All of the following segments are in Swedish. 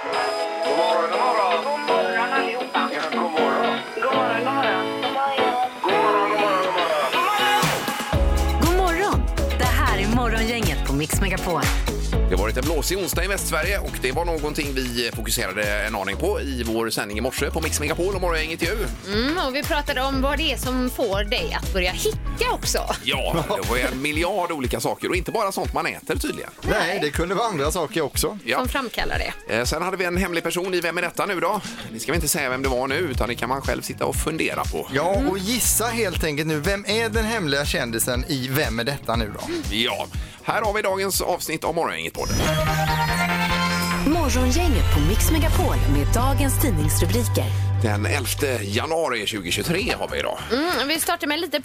God morgon, god morgon. God morgon allihopa. Ja, god morgon. God morgon, god morgon. God morgon, god morgon, god morgon. God morgon! Det här är Morgongänget på Mix Megapol. Det har varit en blåsig onsdag i Västsverige och det var någonting vi fokuserade en aning på i vår sändning i morse på Mix Megapol och Morgongänget ju. Och vi pratade om vad det är som får dig att börja hicka också. Ja, det var ju en miljard olika saker och inte bara sånt man äter tydligen. Nej, det kunde vara andra saker också. Ja. Som framkallar det. Sen hade vi en hemlig person i Vem är detta nu då? Det ska vi inte säga vem det var nu utan det kan man själv sitta och fundera på. Ja, och gissa helt enkelt nu, vem är den hemliga kändisen i Vem är detta nu då? Ja, här har vi dagens avsnitt av Morgongänget-podden. Morgongänget på Mix Megapol med dagens tidningsrubriker. Den 11 januari 2023 har vi idag. Vi startar med en lite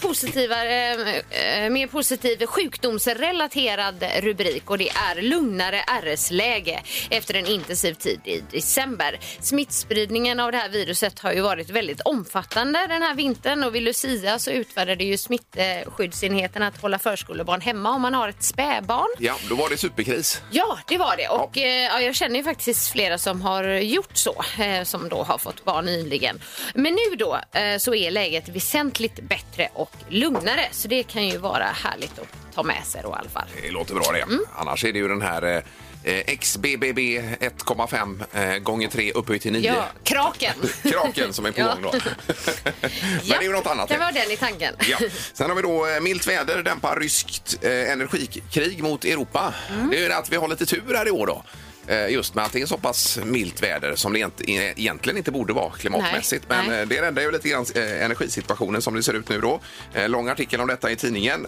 mer positiv sjukdomsrelaterad rubrik och det är lugnare RS-läge efter en intensiv tid i december. Smittspridningen av det här viruset har ju varit väldigt omfattande den här vintern och vid Lucia så utfärdade ju smittskyddsenheten att hålla förskolebarn hemma om man har ett spädbarn. Ja, då var det superkris. Ja, det var det. Och jag känner ju faktiskt flera som har gjort så, som då har fått barn nyligen. Men nu då så är läget väsentligt bättre och lugnare. Så det kan ju vara härligt att ta med sig då i alla fall. Det låter bra det. Annars är det ju den här XBBB 1,5 gånger 3 upphöjt till 9. Ja, kraken. Kraken som är på gång då. Men det är ju något annat. Det var den i tanken. Ja. Sen har vi då milt väder dämpar ryskt energikrig mot Europa. Det är ju det att vi har lite tur här i år då. Just med att det är så pass milt väder som det egentligen inte borde vara klimatmässigt. Nej. Men det räddar ju lite grann energisituationen som det ser ut nu då. Lång artikel om detta i tidningen.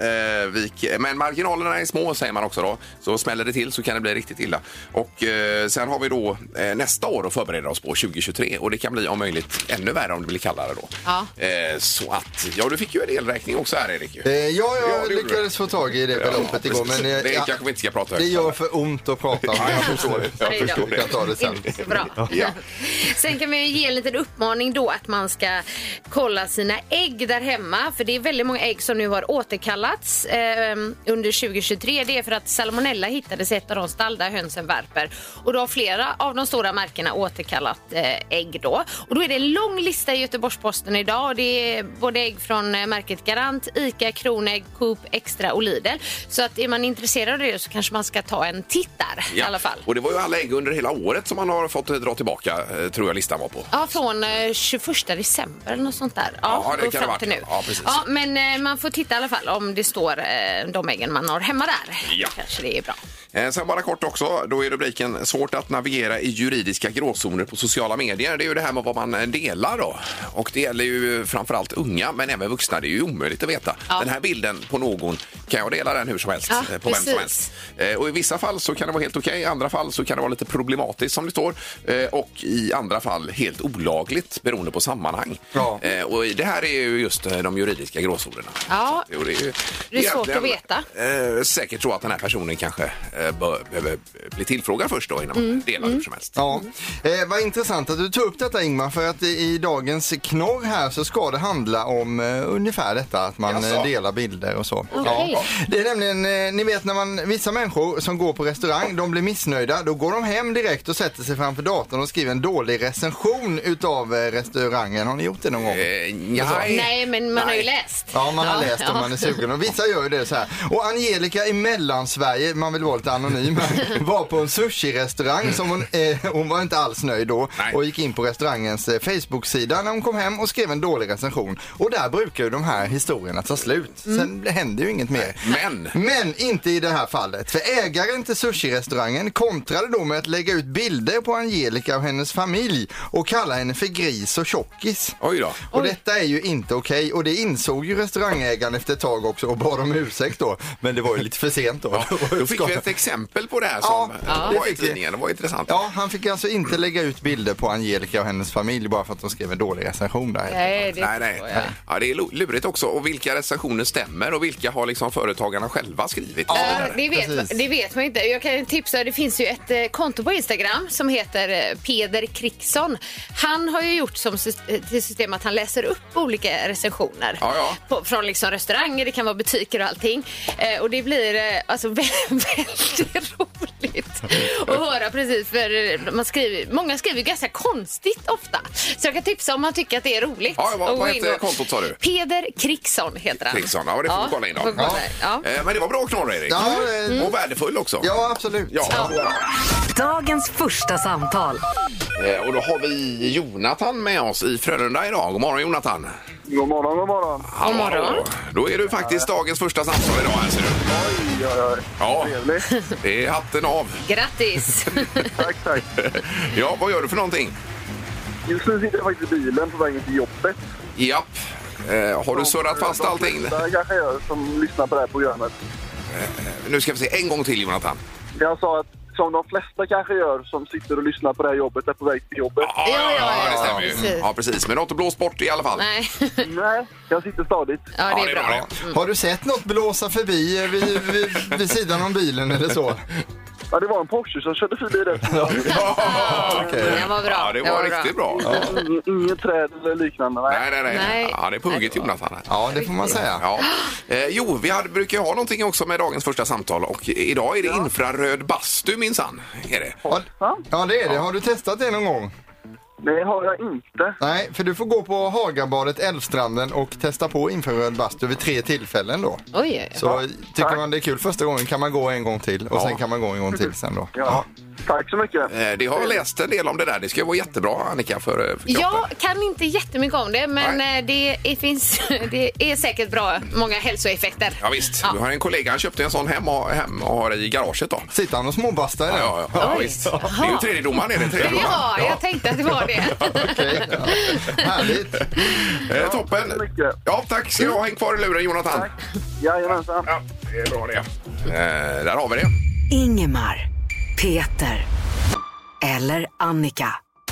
Men marginalerna är små säger man också då. Så smäller det till så kan det bli riktigt illa. Och sen har vi då nästa år att förbereda oss på 2023. Och det kan bli om möjligt ännu värre om det blir kallare då. Ja. Så att, ja du fick ju en elräkning också här Erik. Ja, jag lyckades få tag i det beloppet igår. Men det kanske vi inte ska prata det högt. gör för ont att prata om. Jag förstår det. Jag förstår Vi kan ta det sen. Inte så bra. Ja. Sen kan vi ge en liten uppmaning då att man ska kolla sina ägg där hemma. För det är väldigt många ägg som nu har återkallats under 2023. Det är för att salmonella hittades i ett av de stall där hönsen värper. Och då har flera av de stora märkena återkallat ägg då. Och då är det en lång lista i Göteborgs-Posten idag. Och det är både ägg från märket Garant, Ica, Kronägg, Coop, Extra och Lidl. Så att är man intresserad av det så kanske man ska ta en titt där i alla fall. Och det var ju alla ägg under hela året som man har fått dra tillbaka, tror jag listan var på. Ja, från 21 december eller något sånt där. Ja, det och kan det fram till vara. nu. Ja, precis. Ja, men man får titta i alla fall om det står de äggen man har hemma där. Ja. Kanske det är bra. Sen bara kort också, då är rubriken svårt att navigera i juridiska gråzoner på sociala medier. Det är ju det här med vad man delar då. Och det gäller ju framförallt unga, men även vuxna. Det är ju omöjligt att veta. Ja. Den här bilden på någon, kan jag dela den hur som helst? Ja, på vem som precis. helst. Och i vissa fall så kan det vara helt okej. I andra fall så kan det vara lite problematiskt som det står. Och i andra fall helt olagligt beroende på sammanhang. Ja. Och det här är ju just de juridiska gråzonerna. Ja. Så det är ju Det är svårt att veta. Säkert så att den här personen kanske behöver bli tillfrågad först då innan man delar hur som helst. Ja, vad intressant att du tog upp detta Ingmar, för att i dagens knorr här så ska det handla om ungefär detta att man delar bilder och så. Okej. Ja. Det är nämligen, ni vet när vissa människor som går på restaurang, de blir missnöjda, då går de hem direkt och sätter sig framför datorn och skriver en dålig recension utav restaurangen. Har ni gjort det någon gång? Nej, men man har ju läst. Ja, man har läst om man är sugen. Och vissa gör ju det så här. Och Angelica i Mellansverige, man vill vara lite anonym, var på en sushi-restaurang som hon var inte alls nöjd då. Nej. Och gick in på restaurangens Facebook-sida när hon kom hem och skrev en dålig recension. Och där brukar ju de här historierna ta slut. Sen händer ju inget mer. Men inte i det här fallet. För ägaren till sushi-restaurangen kontrade då med att lägga ut bilder på Angelica och hennes familj och kalla henne för gris och tjockis. Oj då. Och detta är ju inte okej. Och det insåg ju restaurangägaren efter ett tag också och bad om ursäkt då. Men det var ju lite för sent då. Då fick vi ett exempel på det här som var i tidningen. Det var intressant. Ja, han fick alltså inte lägga ut bilder på Angelica och hennes familj bara för att de skrev en dålig recension där. Nej. Ja, det är lurigt också. Och vilka recensioner stämmer och vilka har liksom företagarna själva skrivit? Det vet man inte. Jag kan tipsa, det finns ju ett konto på Instagram som heter Peder Kriksson. Han har ju gjort som system att han läser upp olika recensioner från liksom restauranger, det kan vara butiker och allting. Och det blir alltså väldigt väldigt roligt att höra precis, för många skriver ganska konstigt ofta. Så jag kan tipsa om man tycker att det är roligt. Ja, vad heter kontot sa du? Peder Kriksson heter han. Kriksson, ja det får vi kolla in då. Ja. Men det var bra knorr, Erik. Ja, Och värdefull också. Ja, absolut. Ja. Dagens första samtal. Och då har vi Jonathan med oss i Frölunda idag. God morgon, Jonathan. God morgon, god morgon. God morgon. Då är du faktiskt dagens första samtal idag här, ser du. Oj. Ja, Trevligt. det är hatten av. Grattis. Tack. Ja, vad gör du för någonting? Just nu sitter jag faktiskt i bilen på vägen till jobbet. Japp. Har du surrat fast allting? Det kanske jag som lyssnar på det här programmet. Nu ska vi se en gång till, Jonathan. Jag sa att som de flesta kanske gör som sitter och lyssnar på det här jobbet är på väg till jobbet. Ja, det stämmer ju. precis. Ja, precis. Men något att blåsa bort i alla fall. Nej. Nej, jag sitter stadigt. Ja, det är bra. Har du sett något blåsa förbi vid sidan om bilen eller så? Ja, det var en Porsche som körde förbi det. Okej. Det var bra. Ja, det var riktigt bra. Inget träd eller liknande. Nej. Ja, det är puggigt, Jonathan. Ja, det får man säga. Ja. Jo, vi brukar ha någonting också med dagens första samtal och idag är det infraröd bastu minsann. Är det? Ja, det är det. Har du testat det någon gång? Det har jag inte. Nej, för du får gå på Hagabadet, Älvstranden och testa på infraröd bastu vid 3 tillfällen då. Oj. Så tycker man det är kul första gången kan man gå en gång till och sen kan man gå en gång till sen då. Ja. Tack så mycket. Det har jag läst en del om det där. Det ska vara jättebra, Annika, för kroppen. Jag kan inte jättemycket om det, men det är säkert bra, många hälsoeffekter. Ja, visst. Du har en kollega, han köpte en sån hem och har i garaget då. Sitter han och småbastar i den? Ja, visst. Det är ju tredjedomaren, är det tredjedomaren? Ja, jag tänkte att det var det. Okej, ja. Härligt. Toppen. mycket. Ja, tack ska du ha. Häng kvar i luren, Jonathan. Tack. Jajamensan. Ja, det är bra det. Där har vi det. Ingemar, Peter eller Annika.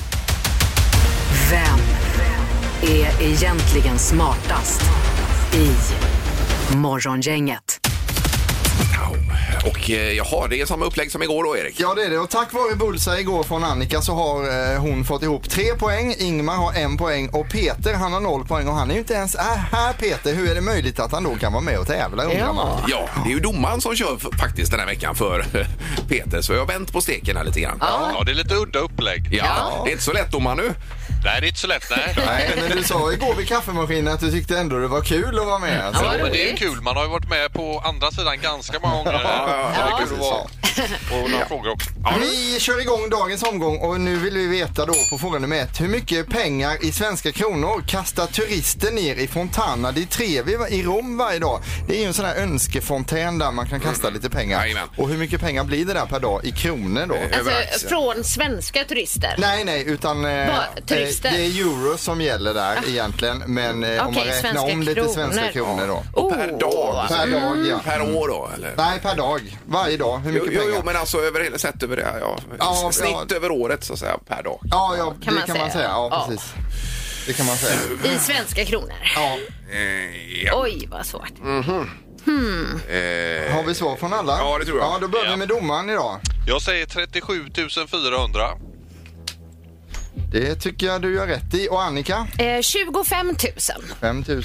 Vem är egentligen smartast i Morgongänget? Och jaha, det är samma upplägg som igår då, Erik. Ja, det är det. Och tack vare Bullseye igår från Annika så har hon fått ihop 3 poäng. Ingmar har 1 poäng och Peter, han har 0 poäng och han är ju inte ens här, Peter. Hur är det möjligt att han då kan vara med och tävla, undrar man? Ja, det är ju domaren som kör faktiskt den här veckan för Peter. Så jag har vänt på steken här lite grann. Ja, det är lite udda upplägg. Ja, det är inte så lätt, domaren nu. Nej, det är inte så lätt, nej. Nej, men du sa igår vid kaffemaskinen att du tyckte ändå det var kul att vara med. Alltså. Ja, men det är ju kul. Man har ju varit med på andra sidan ganska många gånger. Det är kul att vara. Och några frågor också. Vi kör igång dagens omgång och nu vill vi veta då på fråga nummer 1. Hur mycket pengar i svenska kronor kastar turister ner i Fontana di Trevi i Rom varje dag? Det är ju en sån här önskefontän där man kan kasta lite pengar. Jajamän. Och hur mycket pengar blir det där per dag i kronor då? Alltså, från svenska turister? Nej, utan turister? det är euro som gäller där egentligen. Men om man räknar om det till svenska kronor då. Och per dag? Per dag, ja. Per år då? Eller? Nej, per dag. Varje dag. Hur mycket pengar? Jo, men alltså sett över det, snitt över året så att säga, per dag. Ja, kan det kan man säga. Ja, precis. Det kan man säga. I svenska kronor? Ja. Oj, vad svårt. Har vi svar från alla? Ja, det tror jag. Ja, då börjar vi med domaren idag. Jag säger 37 400. Det tycker jag du gör rätt i. Och Annika? 25 000. 5 000.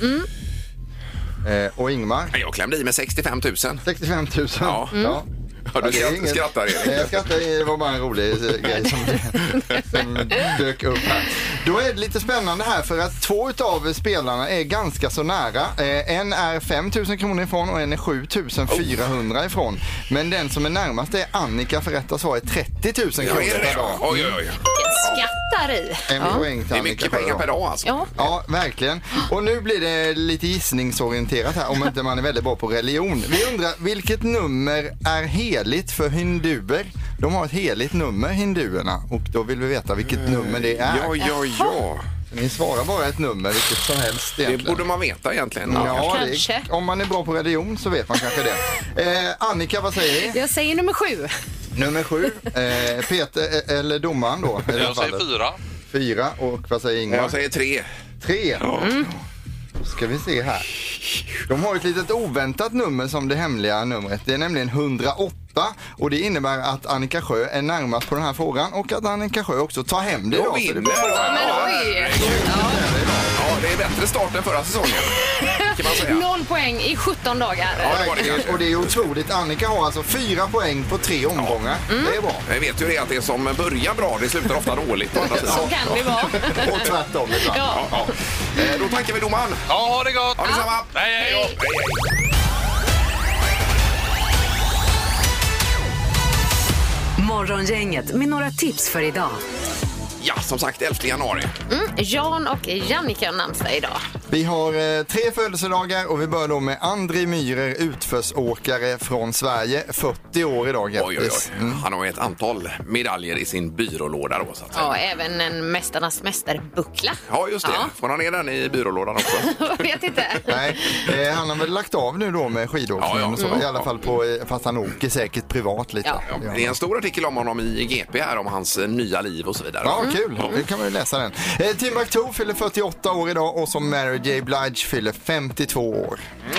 Och Ingmar? Jag klämde i med 65 000. 65 000. Ja. Ja, du skrattar, Erik. Jag skrattar, det var bara en rolig grej som dök upp här. Då är det lite spännande här för att 2 av spelarna är ganska så nära. En är 5 000 kronor ifrån och en är 7 400 ifrån. Men den som är närmast är Annika, för rätta svar är 30 000 kronor per dag. Oj. Skattar i. En poäng till Det är Annika mycket pengar per dag alltså. Ja. Ja, verkligen. Och nu blir det lite gissningsorienterat här om inte man är väldigt bra på religion. Vi undrar, vilket nummer är heligt för hinduer? De har ett heligt nummer, hinduerna. Och då vill vi veta vilket nummer det är. Ja. Ni svarar bara ett nummer, vilket som helst egentligen. Det borde man veta egentligen. Ja, Kanske. om man är bra på religion så vet man kanske det. Annika, vad säger ni? Jag säger nummer 7. Nummer 7. Peter, eller domaren då? Jag säger 4. 4. Och vad säger Ingmar? Jag säger 3. 3. Då ska vi se här. De har ett litet oväntat nummer som det hemliga numret. Det är nämligen 108. Och det innebär att Annika Sjö är närmast på den här frågan och att Annika Sjö också tar hem det. Då vinner. Men oj! det är bättre start än förra säsongen. Kan man säga. 0 poäng i 17 dagar. Ja, och det är otroligt. Annika har alltså 4 poäng på 3 omgångar. Det är bra. Jag vet ju det att det som börjar bra, det slutar ofta dåligt. Så kan det vara. Och tvärtom ibland. Ja. Då tackar vi domaren. Ja, ha det gott! Ha det samma. Hej. Morgongänget med några tips för idag. Ja, som sagt 11 januari. Jan och Jannica har namnsdag idag. Vi har 3 födelsedagar och vi börjar då med André Myhrer, utförsåkare från Sverige. 40 år idag. Oj. Han har ett antal medaljer i sin byrålåda då, så att säga. Ja, även en Mästarnas mästerbuckla. Ja, just det. Ja. Får han ner den i byrålådan också? Jag vet inte. Nej, han har väl lagt av nu då med skidåkningen och så. I alla fall fast han åker säkert privat lite. Ja. Det är en stor artikel om honom i GP här om hans nya liv och så vidare. Ja, kul. Det kan man ju läsa den. Timbuktu fyller 48 år idag och som Mary J. Blige fyller 52 år.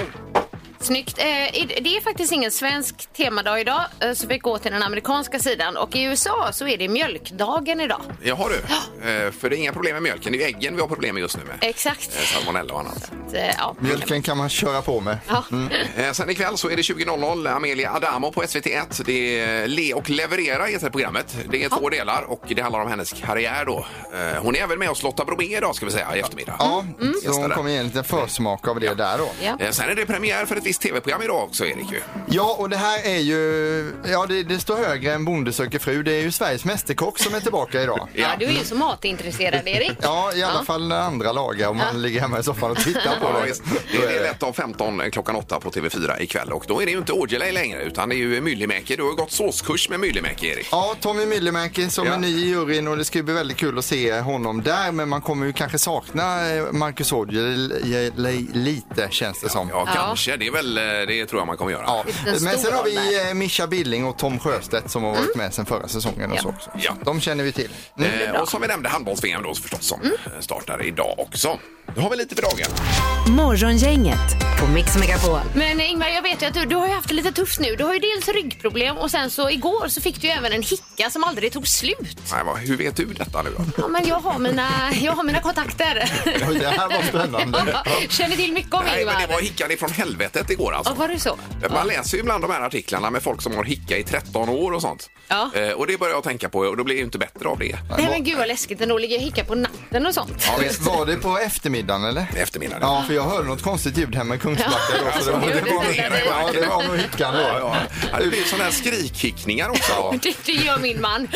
Snyggt. Det är faktiskt ingen svensk temadag idag, så vi går till den amerikanska sidan. Och i USA så är det mjölkdagen idag. Jaha du, för det är inga problem med mjölken. Det är ju äggen vi har problem med just nu med. Exakt. Salmonella och annat. Ja. Mjölken kan man köra på med. Ja. Sen ikväll så är det 20.00 Amelia Adamo på SVT1. Det är Le och leverera heter programmet. Det är 2 delar och det handlar om hennes karriär då. Hon är även med oss Lotta Bromé idag ska vi säga i eftermiddag. Ja, så hon kommer ge en liten försmak av det där då. Ja. Sen är det premiär för ett visst tv-program idag också, Erik. Ja, och det här är ju... Ja, det står högre än Bonde söker fru. Det är ju Sveriges mästerkock som är tillbaka idag. Ja, du är ju så matintresserad, Erik. Ja, i alla fall andra lagar om man ligger hemma i soffan och tittar på det. Det är lätt av 15 klockan 8 på TV4 ikväll och då är det ju inte Aujalay längre utan det är ju Myllymäki. Du har ju gått såskurs med Myllymäki, Erik. Ja, Tommy Myllymäki som är ny i juryn och det ska ju bli väldigt kul att se honom där, men man kommer ju kanske sakna Marcus Aujalay lite, känns det som. Ja, kanske. Det är väl det tror jag man kommer göra. Ja. Men sen har vi Mischa Billing och Tom Sjöstedt som har varit med sen förra säsongen och så också. Ja. De känner vi till. Och som vi nämnde handbolls-VM då förstås som startar idag också. Då har vi lite för dagen. Morgongänget på Mix Megapol. Men Ingmar, jag vet ju att du har ju haft det lite tufft nu. Du har ju dels ryggproblem och sen så igår så fick du ju även en hicka som aldrig tog slut. Nej, hur vet du detta nu då? Ja, men jag har mina kontakter. Ja, det här var spännande. Känner till mycket om Nej, Ingmar. men det var hickan ifrån helvetet igår alltså. Ja, var det så? Man läser ju ibland de här artiklarna med folk som har hicka i 13 år och sånt. Ja. Och det börjar jag tänka på och då blir det ju inte bättre av det. Nej, men gud vad läskigt ändå. Ligger hicka på natten och sånt. Ja, visst. Var det på eftermiddagen eller? Eftermiddagen. Ja, för jag hörde något konstigt ljud hemma i Kungsbacka då. Så det var nog hickan då. Ja. Det blir ju sådana här skrikhickningar också. Det gör min man.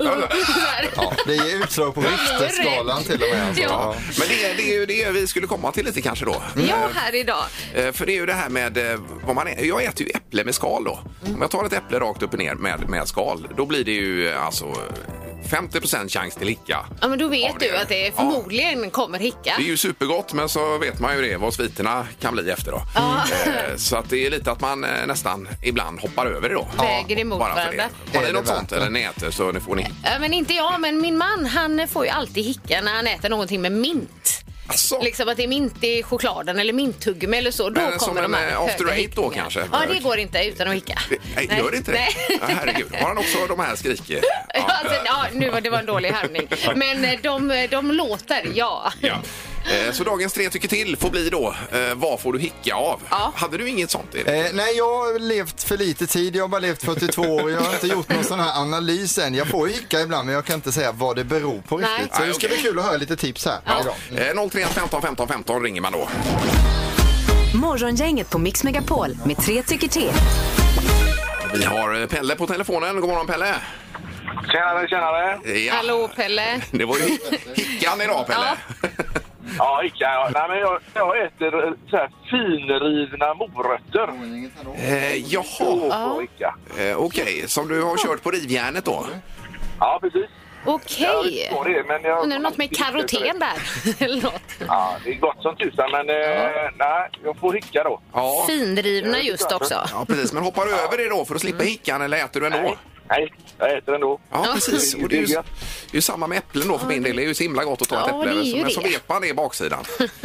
Ja, det är utslag på Richterskalan till och med. Alltså. Ja. Men det är ju det vi skulle komma till lite kanske då. Ja, här idag. För det är ju det här med vad man är. Jag äter ju äpple med skal då. Om jag tar ett äpple rakt upp och ner med skal, då blir det ju alltså 50% chans till hicka. Ja, men då vet du att det förmodligen kommer hicka. Det är ju supergott, men så vet man ju det vad sviterna kan bli efter då. Så att det är lite att man nästan ibland hoppar över det då. Väger emot varandra. Har ni något sånt eller ni äter så får ni? Men inte jag, men min man, han får ju alltid hicka när han äter någonting med mint. Asså. Liksom att det är mint i chokladen eller minttuggummi eller så. Då men kommer som de här after höga eight då hickningar. kanske? Ja, det går inte utan att hicka. Nej, gör det inte det? Nej. Ja, herregud. Har han också de här skrik? Det var en dålig härmning. Men de låter, ja. Så dagens 3 tycker till får bli då, vad får du hicka av? Ja. Hade du inget sånt, Erik? Nej, jag har levt för lite tid. Jag har bara levt 42 år. Jag har inte gjort någon sån här analys än. Jag får hicka ibland, men jag kan inte säga vad det beror på riktigt. Så det ska bli kul att höra lite tips här idag. 031 15 15 15 ringer man då. Morgongänget på Mix Megapol med 3 tycker till. Vi har Pelle på telefonen. God morgon, Pelle. Tjenare. Ja. Hallå, Pelle. Det var ju hickan idag, Pelle. Ja, hicka. Ja. Nej, men jag äter så här finrivna morötter. Jaha. Okej, som du har kört på rivjärnet då? Ja, precis. Okej. Men är det något med karoten där? Eller något? Ja, det är gott som tusan, men nej, jag får hicka då. Ja. Finrivna just också. Ja, precis. Men hoppar du över det då för att slippa hickan eller äter du ändå? Nej, jag äter ändå. Ja, precis. Och det är ju samma med äpplen då för min del. Det är ju så himla gott att ta ett äpple. Men så vet man det i baksidan.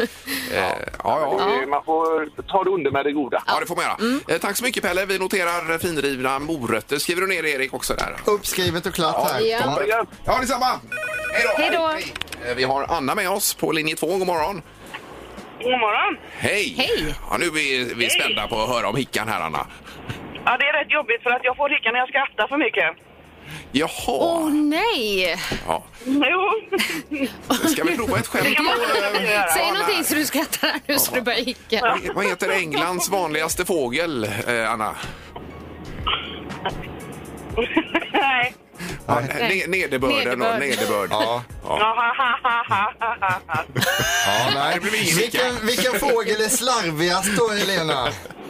Man får ta det under med det goda. Ja, det får man göra. Tack så mycket, Pelle. Vi noterar finrivna morötter. Skriver du ner det, Erik, också där? Uppskrivet och klart här. Ja. Ja, detsamma. Hej då. Vi har Anna med oss på linje 2. God morgon. God morgon. Hej! Hej. Ja, nu är vi spända på att höra om hickan här, Anna. Ja, det är rätt jobbigt för att jag får hicka när jag skrattar för mycket. Jaha. Nej. Ja. Jo. Ska vi prova ett skämt? Säg någonting så du skrattar här nu så du börjar hicka. Vad heter Englands vanligaste fågel, Anna? Nej. Ja, nederbörden och nederbörd. Ja. Ja, nej. Det blir ingen hicka. Vilken fågel är slarvigast då, Helena?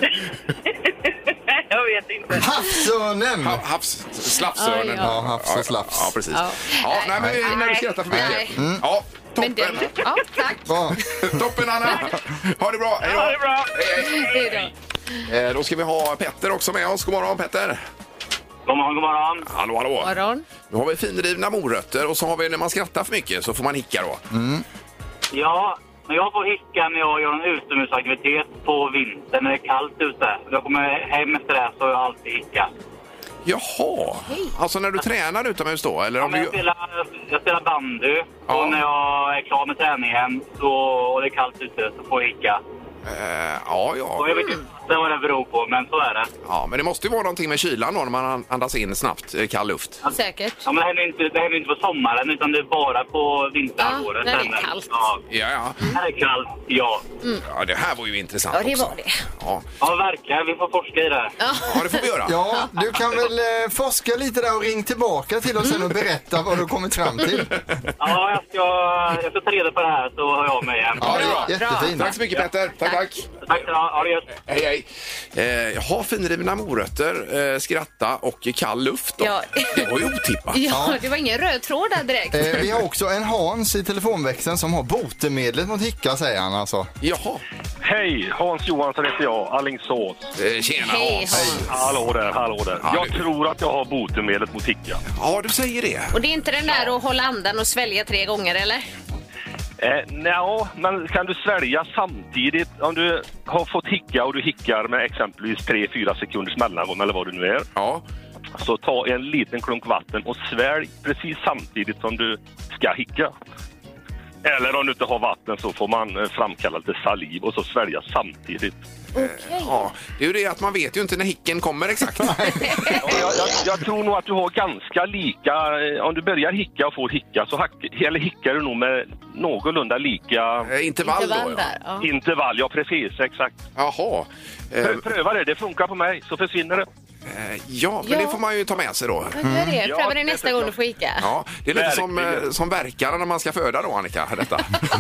Jag vet inte. Havsörnen! Slafsörnen. Ja, havs och slaps. Ja, precis. Ja, nej, men när du skrattar för mycket. Nej. Ja, Men toppen. ja, tack. Bra. Toppen, Anna. Ha det bra. Hej då. Ha det bra. Hej då. Då ska vi ha Petter också med oss. God morgon, Petter. God morgon, god morgon. Hallå, hallå. Morgon. Nu har vi finrivna morötter och så har vi när man skrattar för mycket så får man hicka då. Ja, men jag får hicka när jag gör en utomhusaktivitet på vintern när det är kallt ute. Jag kommer hem efter det så har jag alltid hicka. Jaha, alltså när du tränar utomhus då? Eller om Ja, du... jag spelar bandy Ja. och när jag är klar med träningen och det är kallt ute så får jag hicka. Ja. Och jag vet inte vad det beror på, men så är det. Ja, men det måste ju vara någonting med kylan då när man andas in snabbt kall luft. Säkert. Ja, men det händer inte på sommaren utan det är bara på vinterhalvåret. Ja, när det är kallt. Ja, Ja. när det är kallt, ja. Ja, det här var ju intressant Ja, det också. var det. Ja. Ja, verkligen. Vi får forska i det. Ja, det får vi göra. Ja, du kan väl forska lite där och ring tillbaka till oss sen och berätta vad du kommit fram till. Ja, jag ska ta reda på det här så hör jag mig igen. Ja, det är bra. Jättefint. Tack så mycket, Petter. Tack. Tack så ha det gött. Hej. Jaha, finrivna morötter, skratta och kall luft då. Ja. Det var ju otippat. Ja, det var ingen röd tråd där direkt. Vi har också en Hans i telefonväxeln som har botemedlet mot hicka, säger han alltså. Jaha. Hej, Hans Johansson heter jag, Alingsås. Tjena, Hej, Hans. Hallå där. Ja, Jag du. tror att jag har botemedlet mot hicka. Ja, du säger det. Och det är inte den där att hålla andan och svälja 3 gånger, eller? Nej, men kan du svälja samtidigt om du har fått hicka och du hickar med exempelvis 3-4 sekunders mellanrum eller vad det nu är. Ja. Så ta en liten klunk vatten och svälj precis samtidigt som du ska hicka. Eller om du inte har vatten så får man framkalla lite saliv och så svälja samtidigt. Ja, det är ju det att man vet ju inte när hicken kommer exakt. Jag tror nog att du har ganska lika, om du börjar hicka och får hicka så hickar du nog med någorlunda lika Intervall då, ja. där. Ja. intervall, ja precis, exakt. Jaha. Pröva det funkar på mig så försvinner det. Ja, men det får man ju ta med sig då. Men gör det. Ja, Pröva det det nästa är gång du får hicka. Ja, det är lite Verkligen. som verkar när man ska föda då, Annika, detta.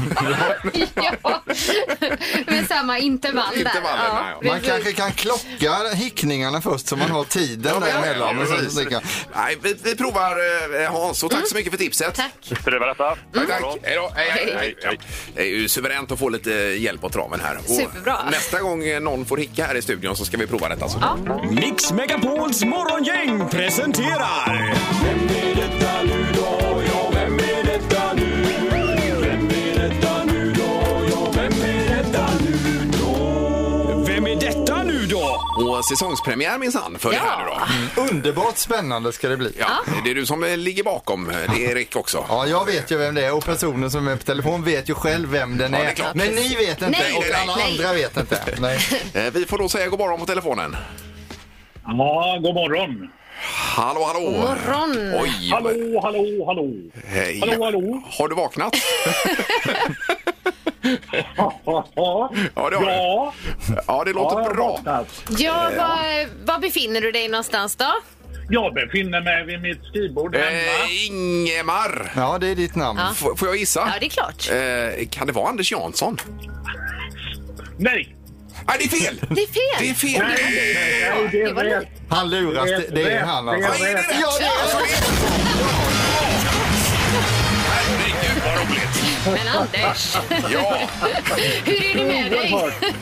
Ja, med samma intervall där. Intervallerna, ja. Man kanske kan klocka hickningarna först så man har tiden däremellan. Ja, precis. Nej, vi provar Hans och tack så mycket för tipset. Tack. Pröva detta. Tack. Hej då. Hej. Det är ju suveränt att få lite hjälp på traven här. Och Superbra. nästa gång någon får hicka här i studion så ska vi prova detta. Så. Ja. Mix Megapols morgongäng presenterar... Vem är detta nu då? Ja, vem är detta nu? Vem är detta nu då? Ja, vem är detta nu då? Vem är detta nu då? Och säsongspremiär minsann för det här nu då. Underbart spännande ska det bli. Ja, det är du som ligger bakom. Det är Rick också. Ja, jag vet ju vem det är och personen som är på telefon vet ju själv vem den Ja, det är. är klart. Men ni vet inte Nej, och nej, alla nej. andra vet inte. Nej. Vi får då säga god morgon på telefonen. Ja, god morgon. Hallå, hallå. God morgon. Oj. Hallå. Hej. Hallå. Har du vaknat? Ja, Ja, det har du. Ja, det låter jag har bra. vaknat. Ja, var befinner du dig någonstans då? Jag befinner mig vid mitt skrivbord hemma. Ingemar. Ja, det är ditt namn. Ja. Får jag gissa? Ja, det är klart. Kan det vara Anders Jansson? Nej, Nej, det är fel! Det är fel. Det är fel! nej, det är Det var rätt. Han luras, det är han alltså. Vad är det rätt? Ja, det är Alltså, herregud, vad roligt! Men Anders, Ja, hur är det med dig?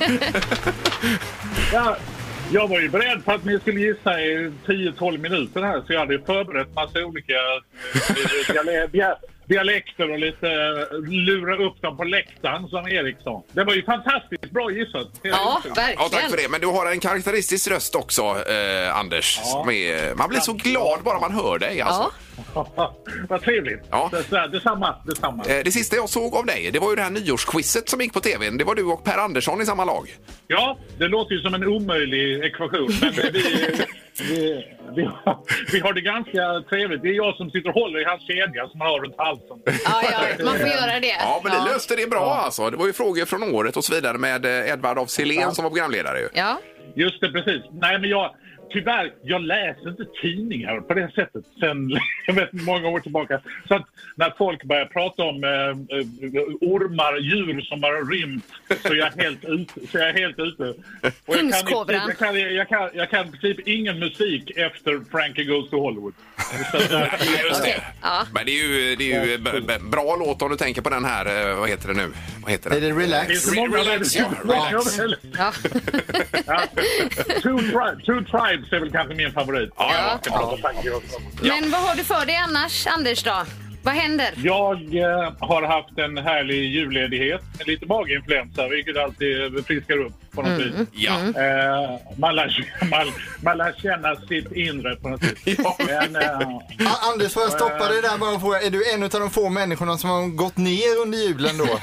Ja, jag var ju beredd på att ni skulle gissa i 10-12 minuter här så jag hade förberett massa olika dialekter och lite lura upp dem på läktaren som Eriksson. Det var ju fantastiskt bra gissat. Ja, verkligen. ja, tack för det. Men du har en karaktäristisk röst också, Anders. Som är, man blir så glad bara man hör dig. Alltså. Vad trevligt. Ja. Detsamma. Det sista jag såg av dig, det var ju det här nyårsquizet som gick på tv. Det var du och Per Andersson i samma lag. Ja, det låter ju som en omöjlig ekvation. Men vi har det ganska trevligt. Det är jag som sitter och håller i hans kedja som han har runt halsen. Ja, man får göra det. Ja, men det löste det bra alltså. Det var ju frågor från året och så vidare med Edvard af Sillén som var programledare ju. Ja. Just det, precis. Nej, men jag läser inte tidningar på det sättet sen jag vet många år tillbaka. Så att när folk börjar prata om ormar, djur som har rymt, så är jag helt ute. Och jag kan i princip ingen musik efter Frankie Goes to Hollywood. Just det. Ja. Men det är ju bra låt om du tänker på den här, vad heter det nu? Är det Relax? Relax, ja. Relax. Ja. Two Tribes är väl kanske min favorit. Ja. Men vad har du för dig annars, Anders då? Vad händer? Jag har haft en härlig julledighet med lite maginfluensa, vilket alltid friskar upp på något vis. Ja. Man lär känna sitt inre på något vis. Ja. Men, Anders, får jag stoppa dig där bara och fråga, är du en av de få människorna som har gått ner under julen då?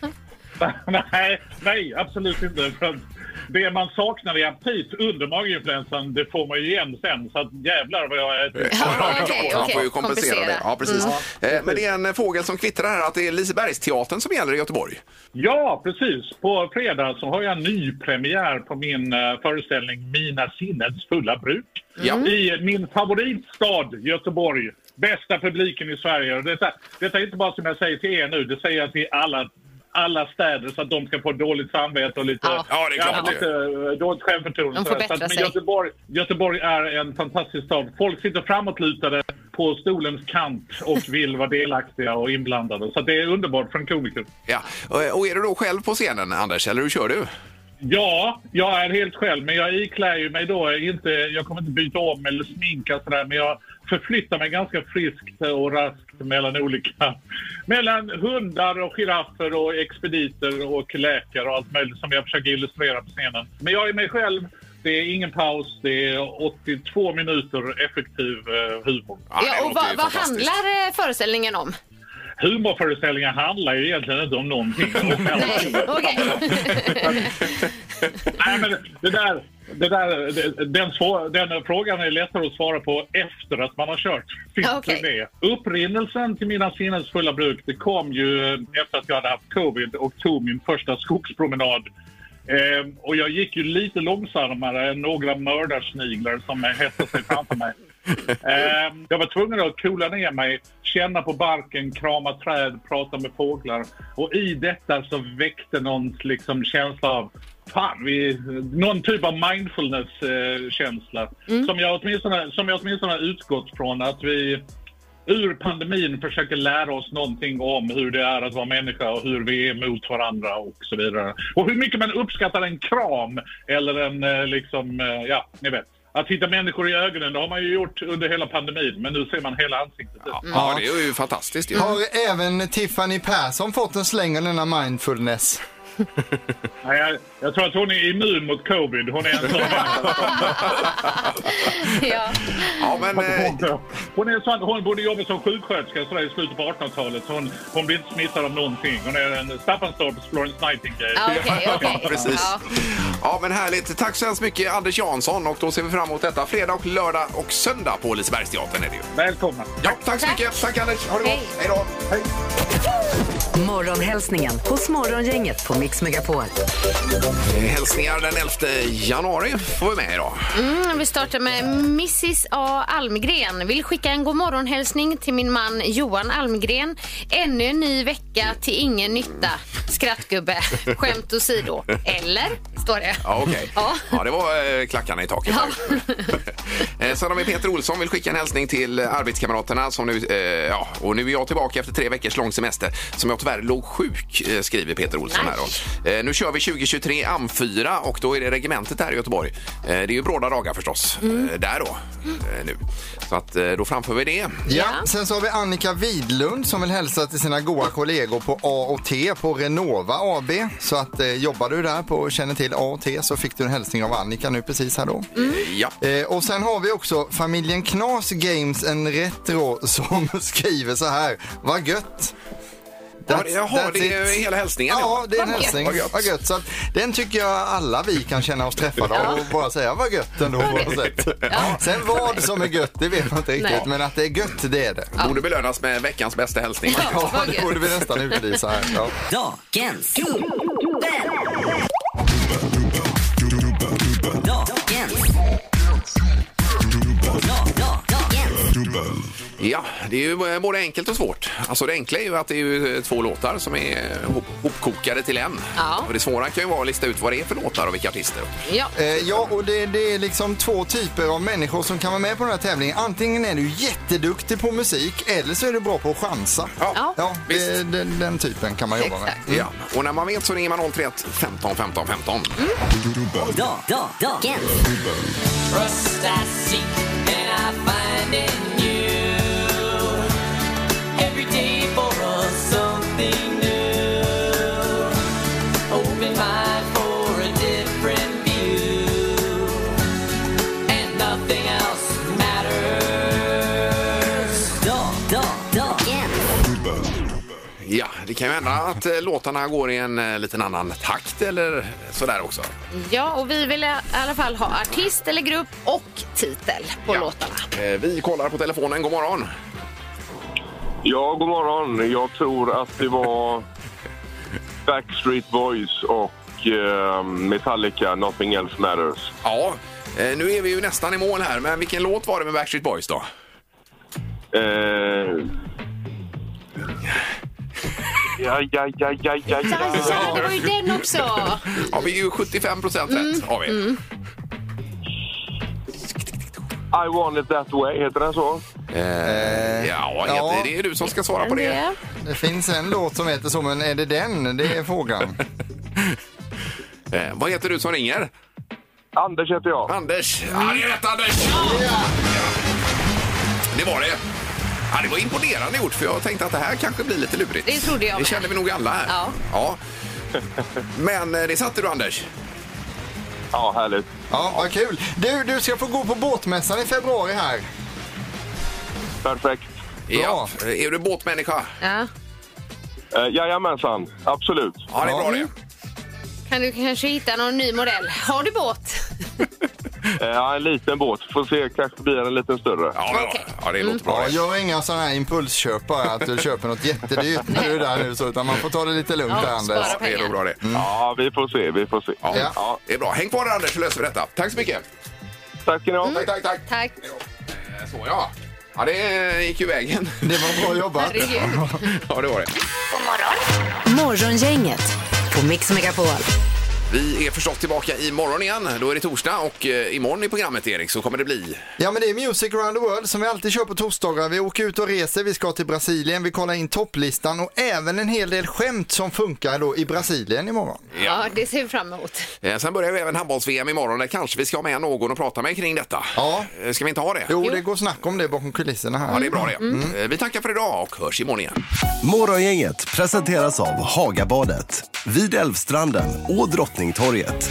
nej, absolut inte. För det man saknar i aptit under maginfluensan, det får man ju igen sen. Så att jävlar vad jag äter. Okej. Man får ju kompensera det. Ja, precis. Men det är en fågel som kvittrar här att det är Lisebergsteatern som gäller i Göteborg. Ja, precis. På fredag så har jag en ny premiär på min föreställning Mina sinnets fulla bruk. I min favoritstad Göteborg. Bästa publiken i Sverige. Detta är inte bara som jag säger till er nu, det säger jag till alla städer så att de ska få dåligt samvete och lite, det är klart, lite dåligt självförtroende. De får bättra sig. Göteborg är en fantastisk stad. Folk sitter framåtlutade på stolens kant och vill vara delaktiga och inblandade. Så det är underbart för en komiker. Ja. Och är du då själv på scenen, Anders, eller hur kör du? Ja, jag är helt själv, men jag iklär ju mig då inte, jag kommer inte byta om eller sminka sådär, men jag förflyttar mig ganska friskt och raskt mellan hundar och giraffer och expediter och läkare och allt möjligt som jag försöker illustrera på scenen. Men jag är mig själv, det är ingen paus, det är 82 minuter effektiv humor. Ja, och vad handlar föreställningen om? Humorföreställningar handlar ju egentligen inte om någonting. Nej, okej. Nej, men den frågan är lättare att svara på efter att man har kört. Upprinnelsen till Mina sinnens fulla bruk, det kom ju efter att jag hade haft covid och tog min första skogspromenad. Och jag gick ju lite långsammare än några mördarsniglar som hette sig framför mig. Jag var tvungen att coola ner mig, känna på barken, krama träd, prata med fåglar. Och i detta så väckte någon liksom känsla av någon typ av mindfulness-känsla. Som jag åtminstone har utgått från att vi ur pandemin försöker lära oss någonting om hur det är att vara människa och hur vi är mot varandra och så vidare. Och hur mycket man uppskattar en kram eller en ni vet. Att hitta människor i ögonen, det har man ju gjort under hela pandemin, men nu ser man hela ansiktet. Ja, det är ju fantastiskt. Har även Tiffany Persson fått en släng av denna mindfulness? Nej, jag tror att hon är immun mot covid. Hon är en sån. Hon borde jobba som sjuksköterska så där i slutet på 1800-talet. Hon blir inte smittad av någonting. Hon är en Staffanstorps Florence Nightingale. Okay. Precis. Ja, men härligt. Tack så hemskt mycket, Anders Jansson. Och då ser vi fram emot detta fredag och lördag och söndag på Lisebergsteatern är det ju. Välkomna. Ja, tack så mycket. Tack Anders. Ha det gott. Hej då. Hej. Morgonhälsningen hos Morgongänget på Mix Megapol. Hälsningar den 11 januari får vi med idag. Vi startar med Mrs. A. Almgren. Vill skicka en god morgonhälsning till min man Johan Almgren. Ännu en ny vecka till ingen nytta. Skrattgubbe. Skämt åsido. Eller? Står det. Ja, okej. Ja, det var klackarna i taket. Ja. Sen har vi Peter Olsson vill skicka en hälsning till arbetskamraterna som nu, och nu är jag tillbaka efter 3 veckors lång semester som jag tyvärr låg sjuk, skriver Peter Olsson här då. Nu kör vi 2023 AM4 och då är det regementet här i Göteborg. Det är ju bråda dagar förstås, där då, nu. Så att då framför vi det. Ja, sen så har vi Annika Widlund som vill hälsa till sina goda kollegor på A och T på Renault Nova AB. Så att jobbar du där på känner till A&T så fick du en hälsning av Annika nu precis här då. Ja. Och sen har vi också familjen Knas Games en retro som skriver så här: vad gött. Jaha, det är hela hälsningen. Ja, det är en hälsning. Vad gött. Så att den tycker jag alla vi kan känna oss träffade av och bara säga vad gött ändå på något sätt. Sen vad som är gött, det vet man inte riktigt. Men att det är gött, det är det. Borde belönas med veckans bästa hälsning. Ja, det borde vi nästan utlysa här. Ja. Dagens dubbel. Ja, det är ju både enkelt och svårt. Alltså det enkla är ju att det är ju 2 låtar som är hopkokade till en. Ja. Och det svåra kan ju vara att lista ut vad det är för låtar och vilka artister. Ja, och det är liksom 2 typer av människor som kan vara med på den här tävlingen. Antingen är du jätteduktig på musik eller så är du bra på att chansa. Ja. Den typen kan man jobba med. Ja, och när man vet så ringer man 031 15 15 15. Dagens Trust I seek and I find in you. Every day for us something new. Open mind for a different view. And nothing else matters. Ja, det kan ju hända att låtarna går i en liten annan takt eller sådär också. Ja, och vi vill i alla fall ha artist eller grupp och titel på låtarna. Vi kollar på telefonen. God morgon. Ja, god morgon. Jag tror att det var Backstreet Boys och Metallica, Nothing Else Matters. Ja, nu är vi ju nästan i mål här, men vilken låt var det med Backstreet Boys då? Ja. Det var ju den också. Ja, vi är ju 75% rätt har vi. I want it that way, heter den så? Det är du som ska svara på det. Det finns en låt som heter så, men är det den? Det är frågan. Vad heter du som ringer? Anders heter jag. Anders. Ja, det är rätt, Anders. Ja. Det var det. Ja, det var imponerande gjort, för jag tänkte att det här kanske blir lite lurigt. Det trodde jag. Det kände vi nog alla här. Ja. Men det satte du, Anders. Ja, härligt. Ja, vad kul. Du ska få gå på båtmässan i februari här. Perfekt. Ja. Är du båtmänniska? Ja. Jajamensan, absolut. Ja, det är bra det. Kan du kanske hitta någon ny modell? Har du båt? Ja, en liten båt. Får se, kanske blir en lite större. Ja, det låter bra. Ja, gör inga sådana här impulsköp bara, att du köper något jättedyrt när du är där nu, så, utan man får ta det lite lugnt där, Anders. Ja, det är nog bra det. Ja, vi får se. Ja, det är bra. Häng kvar där, Anders, så löser vi detta. Tack så mycket. Tack ska ni ha. Tack. Så ja. Ja, det gick ju vägen. Det var bra jobbat. Ja, det var det. God morgon. Morgongänget på Mix Megapol. Vi är förstås tillbaka i morgon igen. Då är det torsdag och imorgon i programmet, Erik, så kommer det bli... Ja, men det är Music Around the World som vi alltid kör på torsdagar. Vi åker ut och reser, vi ska till Brasilien, vi kollar in topplistan och även en hel del skämt som funkar då i Brasilien imorgon. Ja, det ser vi fram emot. Sen börjar vi även handbolls-VM imorgon. Där kanske vi ska ha med någon och prata med kring detta. Ja. Ska vi inte ha det? Jo, det går snack om det bakom kulisserna här. Ja, det är bra det. Vi tackar för idag och hörs imorgon igen. Morgongänget presenteras av Hagabadet, vid Älvstranden och Drottningtorget.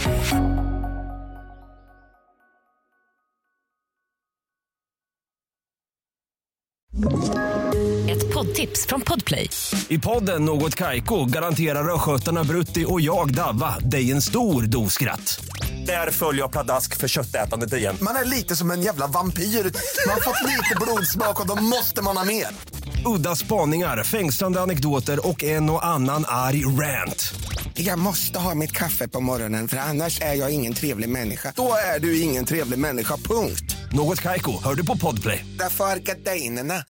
Ett poddtips från Podplay. I podden Något Kaiko garanterar röskötarna Brutti och jag Davva dig en stor dos skratt. Där följer jag pladask för köttätandet igen. Man är lite som en jävla vampyr. Man har fått lite blodsmak och då måste man ha mer. Udda spaningar, fängslande anekdoter och en och annan arg rant. Jag måste ha mitt kaffe på morgonen, för annars är jag ingen trevlig människa. Då är du ingen trevlig människa, punkt. Något Kaiko, hör du på Podplay. Därför är gardinerna.